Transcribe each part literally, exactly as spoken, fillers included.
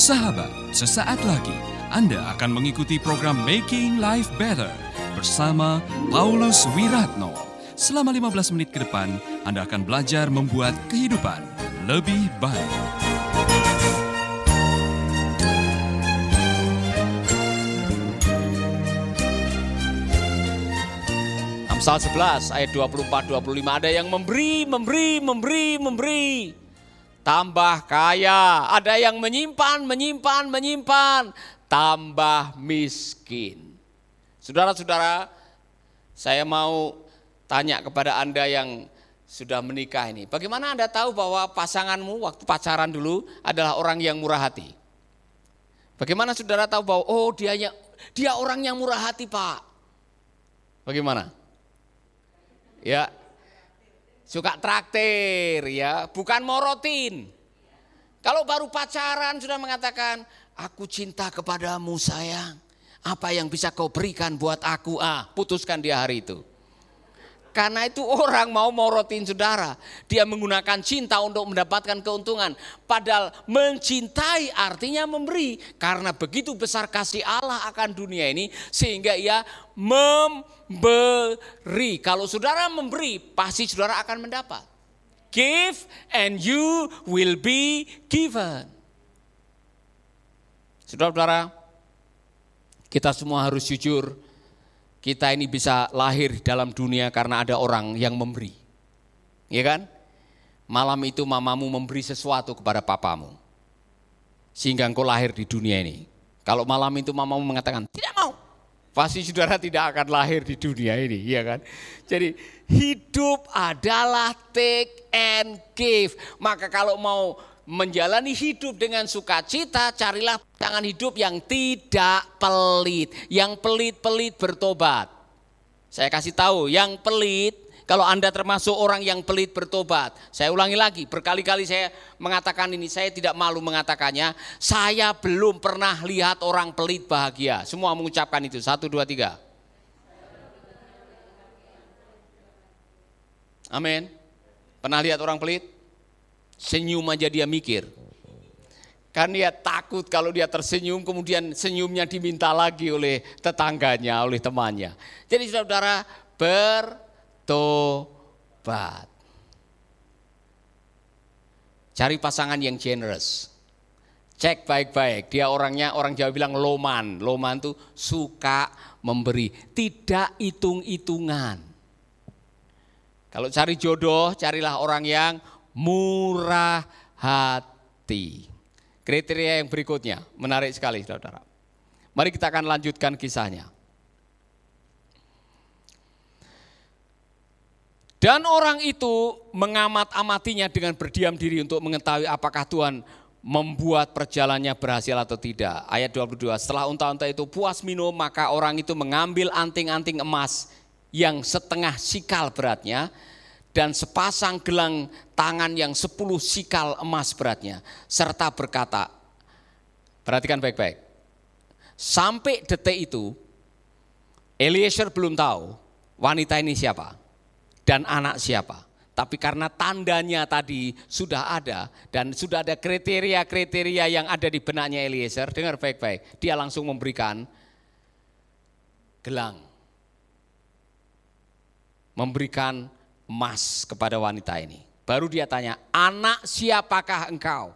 Sahabat, sesaat lagi Anda akan mengikuti program Making Life Better bersama Paulus Wiratno. Selama lima belas menit ke depan, Anda akan belajar membuat kehidupan lebih baik. Amsal sebelas ayat dua puluh empat dua puluh lima, ada yang memberi, memberi, memberi, memberi, tambah kaya. Ada yang menyimpan, menyimpan, menyimpan, tambah miskin. Saudara-saudara, saya mau tanya kepada Anda yang sudah menikah ini. Bagaimana Anda tahu bahwa pasanganmu waktu pacaran dulu adalah orang yang murah hati? Bagaimana saudara tahu bahwa oh dia, dia orang yang murah hati, Pak? Bagaimana? Ya, suka traktir ya, bukan morotin. Kalau baru pacaran sudah mengatakan, aku cinta kepadamu sayang. Apa yang bisa kau berikan buat aku? Ah, putuskan dia hari itu. Karena itu orang mau morotin saudara. Dia menggunakan cinta untuk mendapatkan keuntungan. Padahal mencintai artinya memberi. Karena begitu besar kasih Allah akan dunia ini. Sehingga ia memberi. Kalau saudara memberi, pasti saudara akan mendapat. Give and you will be given. Saudara-saudara, kita semua harus jujur. Kita ini bisa lahir dalam dunia karena ada orang yang memberi. Ya kan? Malam itu mamamu memberi sesuatu kepada papamu. Sehingga engkau lahir di dunia ini. Kalau malam itu mamamu mengatakan, tidak mau. Pasti saudara tidak akan lahir di dunia ini. Ya kan? Jadi hidup adalah take and give. Maka kalau mau menjalani hidup dengan sukacita, carilah pasangan hidup yang tidak pelit. Yang pelit-pelit bertobat. Saya kasih tahu, yang pelit, kalau Anda termasuk orang yang pelit bertobat. Saya ulangi lagi, berkali-kali saya mengatakan ini, saya tidak malu mengatakannya. Saya belum pernah lihat orang pelit bahagia. Semua mengucapkan itu, satu, dua, tiga. Amin. Pernah lihat orang pelit? Senyum aja dia mikir. Kan dia takut kalau dia tersenyum kemudian senyumnya diminta lagi oleh tetangganya, oleh temannya. Jadi saudara, bertobat. Cari pasangan yang generous. Cek baik-baik, dia orangnya, orang Jawa bilang loman. Loman itu suka memberi, tidak hitung-hitungan. Kalau cari jodoh, carilah orang yang murah hati. Kriteria yang berikutnya menarik sekali saudara. Mari kita akan lanjutkan kisahnya. Dan orang itu mengamat-amatinya dengan berdiam diri untuk mengetahui apakah Tuhan membuat perjalanannya berhasil atau tidak. Ayat dua puluh dua, setelah unta-unta itu puas minum, maka orang itu mengambil anting-anting emas yang setengah sikal beratnya dan sepasang gelang tangan yang sepuluh sikal emas beratnya, serta berkata, perhatikan baik-baik, sampai detik itu Eliezer belum tahu wanita ini siapa dan anak siapa. Tapi karena tandanya tadi sudah ada dan sudah ada kriteria-kriteria yang ada di benaknya Eliezer, dengar baik-baik, dia langsung memberikan gelang, memberikan emas kepada wanita ini. Baru dia tanya, anak siapakah engkau?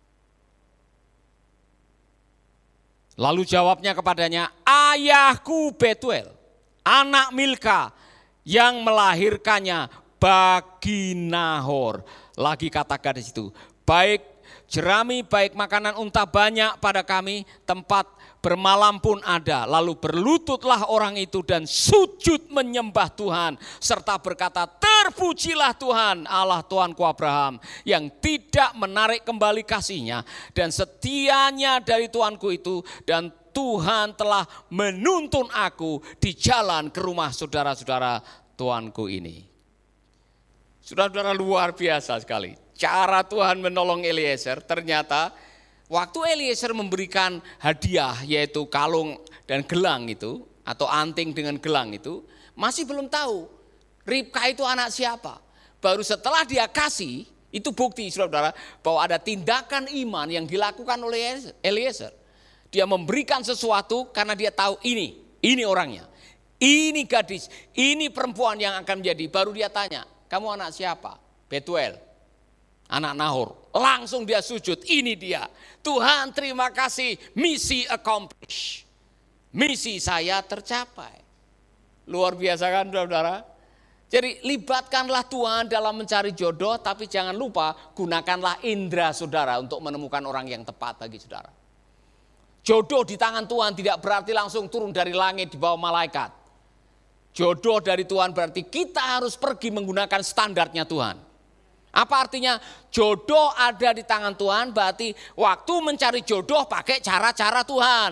Lalu jawabnya kepadanya, ayahku Betuel, anak Milka yang melahirkannya bagi Nahor. Lagi katakan di situ, baik jerami, baik makanan unta banyak pada kami, tempat bermalam pun ada. Lalu berlututlah orang itu dan sujud menyembah Tuhan. Serta berkata, terpujilah Tuhan Allah Tuanku Abraham yang tidak menarik kembali kasihnya dan setianya dari Tuanku itu. Dan Tuhan telah menuntun aku di jalan ke rumah saudara-saudara Tuanku ini. Saudara-saudara, luar biasa sekali. Cara Tuhan menolong Eliezer, ternyata waktu Eliezer memberikan hadiah yaitu kalung dan gelang itu atau anting dengan gelang itu, masih belum tahu Ribka itu anak siapa. Baru setelah dia kasih, Itu bukti saudara bahwa ada tindakan iman yang dilakukan oleh Eliezer. Dia memberikan sesuatu karena dia tahu ini, ini orangnya. Ini gadis, ini perempuan yang akan menjadi. Baru dia tanya, kamu anak siapa? Betuel, anak Nahor. Langsung dia sujud, ini dia. Tuhan terima kasih, misi accomplished. Misi saya tercapai. Luar biasa kan saudara? Jadi libatkanlah Tuhan dalam mencari jodoh, tapi jangan lupa gunakanlah indera saudara untuk menemukan orang yang tepat bagi saudara. Jodoh di tangan Tuhan tidak berarti langsung turun dari langit di bawah malaikat. Jodoh dari Tuhan berarti kita harus pergi menggunakan standarnya Tuhan. Apa artinya? Jodoh ada di tangan Tuhan berarti waktu mencari jodoh pakai cara-cara Tuhan.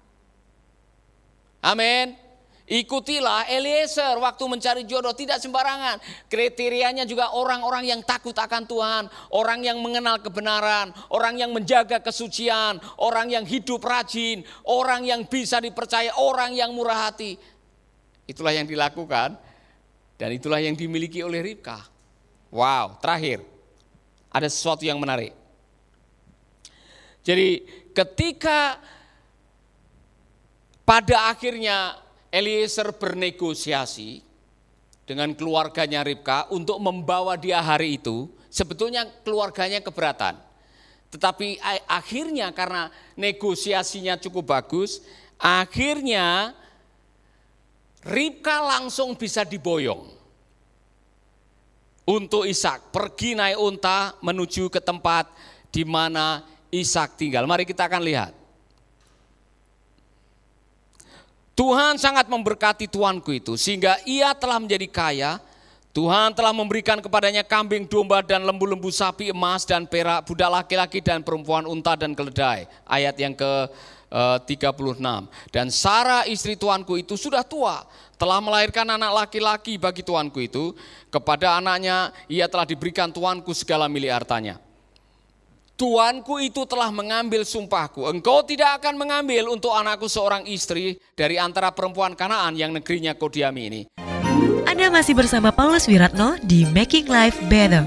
Amin. Ikutilah Eliezer waktu mencari jodoh, tidak sembarangan. Kriterianya juga orang-orang yang takut akan Tuhan, orang yang mengenal kebenaran, orang yang menjaga kesucian, orang yang hidup rajin, orang yang bisa dipercaya, orang yang murah hati. Itulah yang dilakukan dan itulah yang dimiliki oleh Ribka. Wow, terakhir ada sesuatu yang menarik. Jadi ketika pada akhirnya Eliezer bernegosiasi dengan keluarganya Ribka untuk membawa dia hari itu, sebetulnya keluarganya keberatan. Tetapi akhirnya karena negosiasinya cukup bagus, akhirnya Ribka langsung bisa diboyong untuk Ishak pergi naik unta menuju ke tempat di mana Ishak tinggal. Mari kita akan lihat. Tuhan sangat memberkati tuanku itu sehingga ia telah menjadi kaya. Tuhan telah memberikan kepadanya kambing, domba dan lembu-lembu sapi, emas dan perak, budak laki-laki dan perempuan, unta dan keledai. Ayat yang ke tiga puluh enam. Dan Sarah istri tuanku itu sudah tua, telah melahirkan anak laki-laki bagi tuanku itu. Kepada anaknya ia telah diberikan tuanku segala milik hartanya. Tuanku itu telah mengambil sumpahku, engkau tidak akan mengambil untuk anakku seorang istri dari antara perempuan Kanaan yang negerinya kau diami ini. Anda masih bersama Paulus Wiratno di Making Life Better.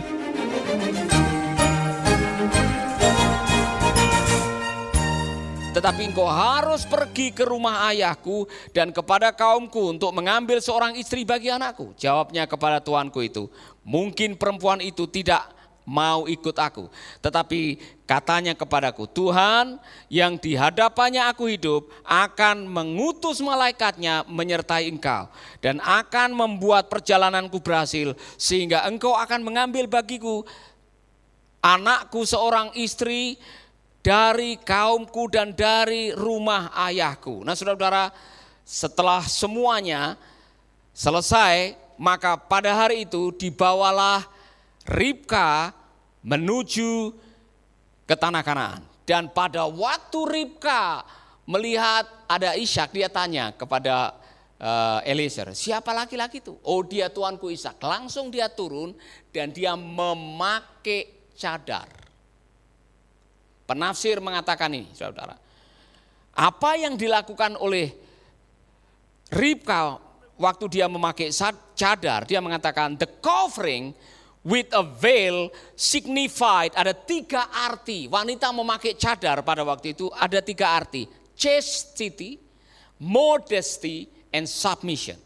Tetapi engkau harus pergi ke rumah ayahku dan kepada kaumku untuk mengambil seorang istri bagi anakku. Jawabnya kepada tuanku itu, mungkin perempuan itu tidak mau ikut aku. Tetapi katanya kepadaku, Tuhan yang di hadapannya aku hidup akan mengutus malaikatnya menyertai engkau. Dan akan membuat perjalananku berhasil sehingga engkau akan mengambil bagiku anakku seorang istri dari kaumku dan dari rumah ayahku. Nah saudara-saudara, setelah semuanya selesai, maka pada hari itu dibawalah Ribka menuju ke tanah Kanaan. Dan pada waktu Ribka melihat ada Ishak, dia tanya kepada uh, Eliezer, siapa laki-laki itu? Oh, dia tuanku Ishak. Langsung dia turun dan dia memakai cadar. Penafsir mengatakan ini, saudara. Apa yang dilakukan oleh Ribka waktu dia memakai cadar, dia mengatakan the covering with a veil signified, ada tiga arti. Wanita memakai cadar pada waktu itu ada tiga arti. Chastity, modesty, and submission.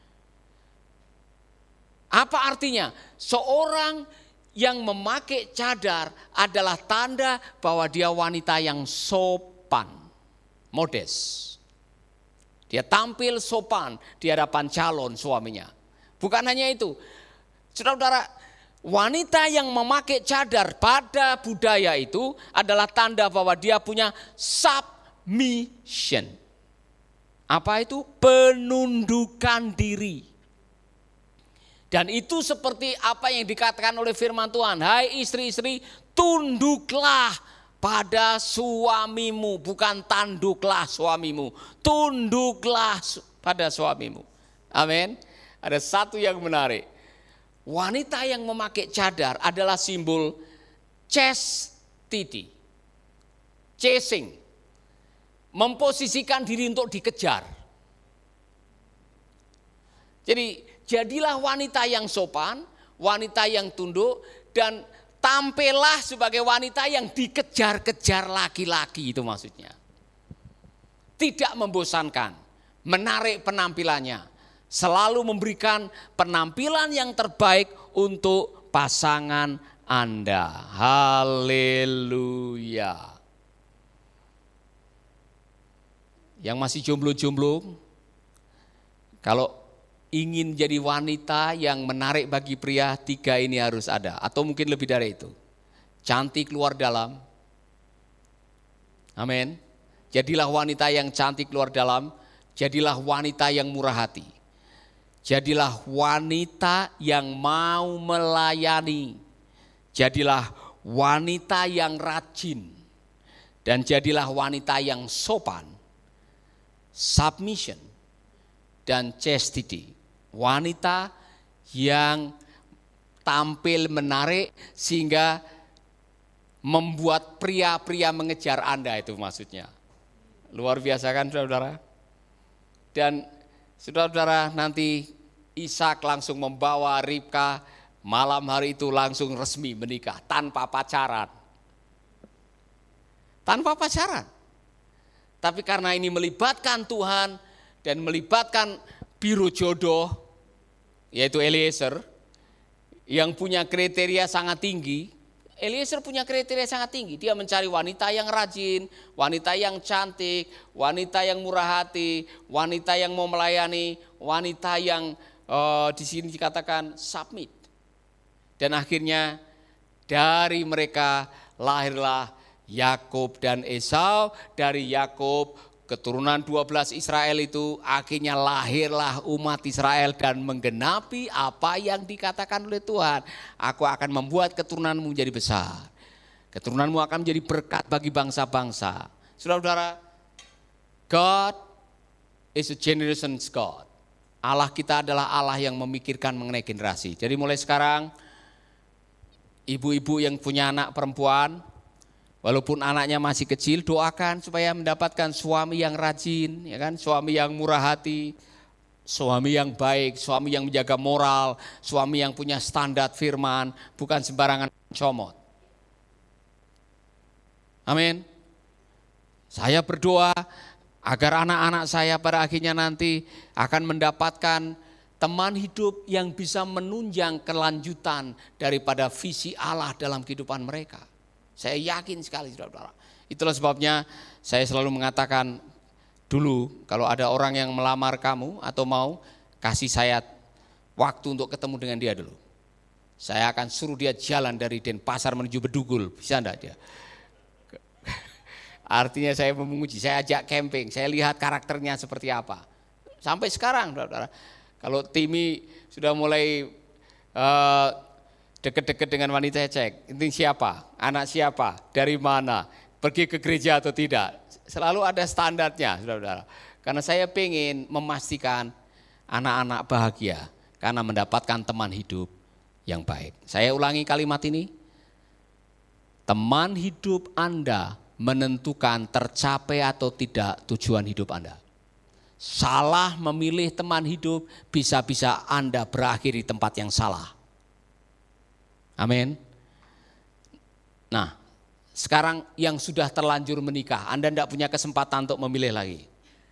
Apa artinya? Seorang yang memakai cadar adalah tanda bahwa dia wanita yang sopan, modest. Dia tampil sopan di hadapan calon suaminya. Bukan hanya itu, saudara-saudara, wanita yang memakai cadar pada budaya itu adalah tanda bahwa dia punya submission. Apa itu? Penundukan diri. Dan itu seperti apa yang dikatakan oleh firman Tuhan. Hai istri-istri, tunduklah pada suamimu. Bukan tanduklah suamimu. Tunduklah pada suamimu. Amin. Ada satu yang menarik. Wanita yang memakai cadar adalah simbol chastity. Chasing. Memposisikan diri untuk dikejar. Jadi jadilah wanita yang sopan, wanita yang tunduk, dan tampillah sebagai wanita yang dikejar-kejar laki-laki, itu maksudnya. Tidak membosankan, menarik penampilannya, selalu memberikan penampilan yang terbaik untuk pasangan Anda. Haleluya. Yang masih jomblo-jomblo, kalau ingin jadi wanita yang menarik bagi pria, tiga ini harus ada. Atau mungkin lebih dari itu. Cantik luar dalam. Amin. Jadilah wanita yang cantik luar dalam. Jadilah wanita yang murah hati. Jadilah wanita yang mau melayani. Jadilah wanita yang rajin. Dan jadilah wanita yang sopan. Submission dan chastity. Wanita yang tampil menarik sehingga membuat pria-pria mengejar Anda, itu maksudnya. Luar biasa kan saudara-saudara? Dan saudara-saudara, nanti Ishak langsung membawa Ribka, malam hari itu langsung resmi menikah tanpa pacaran. Tanpa pacaran. Tapi karena ini melibatkan Tuhan dan melibatkan biro jodoh, yaitu Eliezer, yang punya kriteria sangat tinggi. Eliezer punya kriteria sangat tinggi. Dia mencari wanita yang rajin, wanita yang cantik, wanita yang murah hati, wanita yang mau melayani, wanita yang uh, di sini dikatakan submit. Dan akhirnya dari mereka lahirlah Yakub dan Esau. Dari Yakub keturunan dua belas Israel itu akhirnya lahirlah umat Israel dan menggenapi apa yang dikatakan oleh Tuhan. Aku akan membuat keturunanmu menjadi besar. Keturunanmu akan menjadi berkat bagi bangsa-bangsa. Saudara-saudara, God is a generation God. Allah kita adalah Allah yang memikirkan mengenai generasi. Jadi mulai sekarang, ibu-ibu yang punya anak perempuan, walaupun anaknya masih kecil, doakan supaya mendapatkan suami yang rajin, ya kan? Suami yang murah hati, suami yang baik, suami yang menjaga moral, suami yang punya standar firman, bukan sembarangan comot. Amin. Saya berdoa agar anak-anak saya pada akhirnya nanti akan mendapatkan teman hidup yang bisa menunjang kelanjutan daripada visi Allah dalam kehidupan mereka. Saya yakin sekali saudara-saudara. Itulah sebabnya saya selalu mengatakan dulu kalau ada orang yang melamar kamu atau mau, kasih saya waktu untuk ketemu dengan dia dulu. Saya akan suruh dia jalan dari Denpasar menuju Bedugul, bisa enggak dia? Artinya saya menguji, saya ajak camping, saya lihat karakternya seperti apa. Sampai sekarang saudara-saudara, kalau Timi sudah mulai uh, deket-deket dengan wanita, saya cek, ini siapa, anak siapa, dari mana, pergi ke gereja atau tidak. Selalu ada standarnya, saudara-saudara. Karena saya pengen memastikan anak-anak bahagia karena mendapatkan teman hidup yang baik. Saya ulangi kalimat ini, teman hidup Anda menentukan tercapai atau tidak tujuan hidup Anda. Salah memilih teman hidup, bisa-bisa Anda berakhir di tempat yang salah. Amin. Nah, sekarang yang sudah terlanjur menikah, Anda tidak punya kesempatan untuk memilih lagi.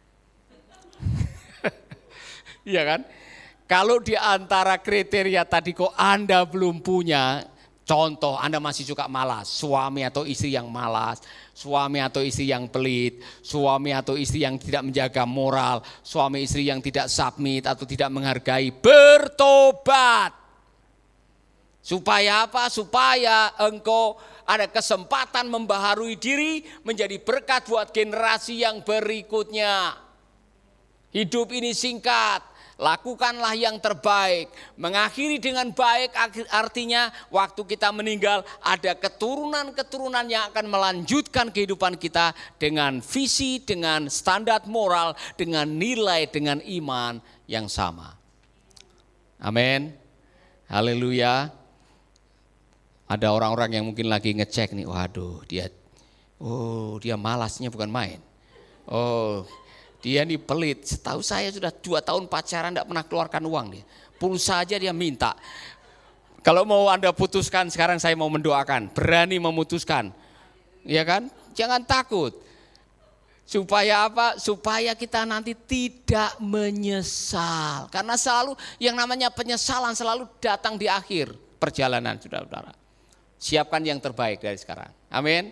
Iya kan? Kalau di antara kriteria tadi kok Anda belum punya, contoh Anda masih suka malas, suami atau istri yang malas, suami atau istri yang pelit, suami atau istri yang tidak menjaga moral, suami istri yang tidak submit atau tidak menghargai, bertobat. Supaya apa? Supaya engkau ada kesempatan membaharui diri menjadi berkat buat generasi yang berikutnya. Hidup ini singkat, lakukanlah yang terbaik. Mengakhiri dengan baik artinya waktu kita meninggal ada keturunan-keturunan yang akan melanjutkan kehidupan kita dengan visi, dengan standar moral, dengan nilai, dengan iman yang sama. Amin. Haleluya. Ada orang-orang yang mungkin lagi ngecek nih, waduh dia, oh dia malasnya bukan main. Oh dia nih pelit, setahu saya sudah dua tahun pacaran tidak pernah keluarkan uang dia. Pulsa aja dia minta. Kalau mau Anda putuskan, sekarang saya mau mendoakan, berani memutuskan. Ya kan? Jangan takut. Supaya apa? Supaya kita nanti tidak menyesal. Karena selalu yang namanya penyesalan selalu datang di akhir perjalanan, saudara-saudara. Siapkan yang terbaik dari sekarang. Amin.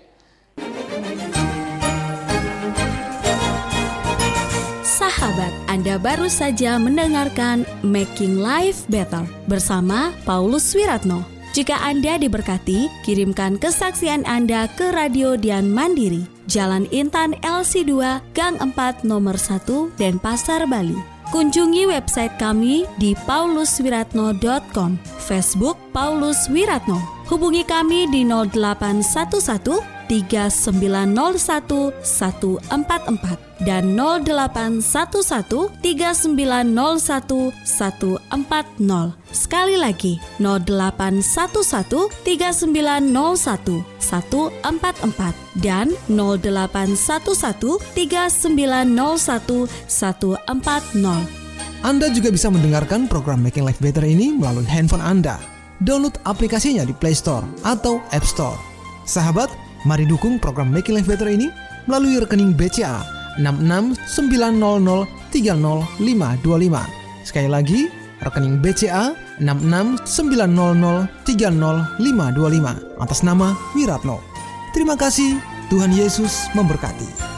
Sahabat, Anda baru saja mendengarkan Making Life Better bersama Paulus Wiratno. Jika Anda diberkati, kirimkan kesaksian Anda ke Radio Dian Mandiri, Jalan Intan L C dua, Gang empat, Nomor satu, Denpasar, Bali. Kunjungi website kami di pauluswiratno dot com, Facebook Paulus Wiratno. Hubungi kami di nol delapan satu satu tiga sembilan nol satu satu empat empat dan nol delapan satu satu tiga sembilan nol satu satu empat nol. Sekali lagi, nol delapan satu satu tiga sembilan nol satu satu empat empat dan nol delapan satu satu tiga sembilan nol satu satu empat nol. Anda juga bisa mendengarkan program Making Life Better ini melalui handphone Anda. Download aplikasinya di Play Store atau App Store. Sahabat, mari dukung program Making Life Better ini melalui rekening B C A enam enam sembilan nol nol tiga nol lima dua lima. Sekali lagi, rekening B C A enam enam sembilan nol nol tiga nol lima dua lima atas nama Wiratno. Terima kasih, Tuhan Yesus memberkati.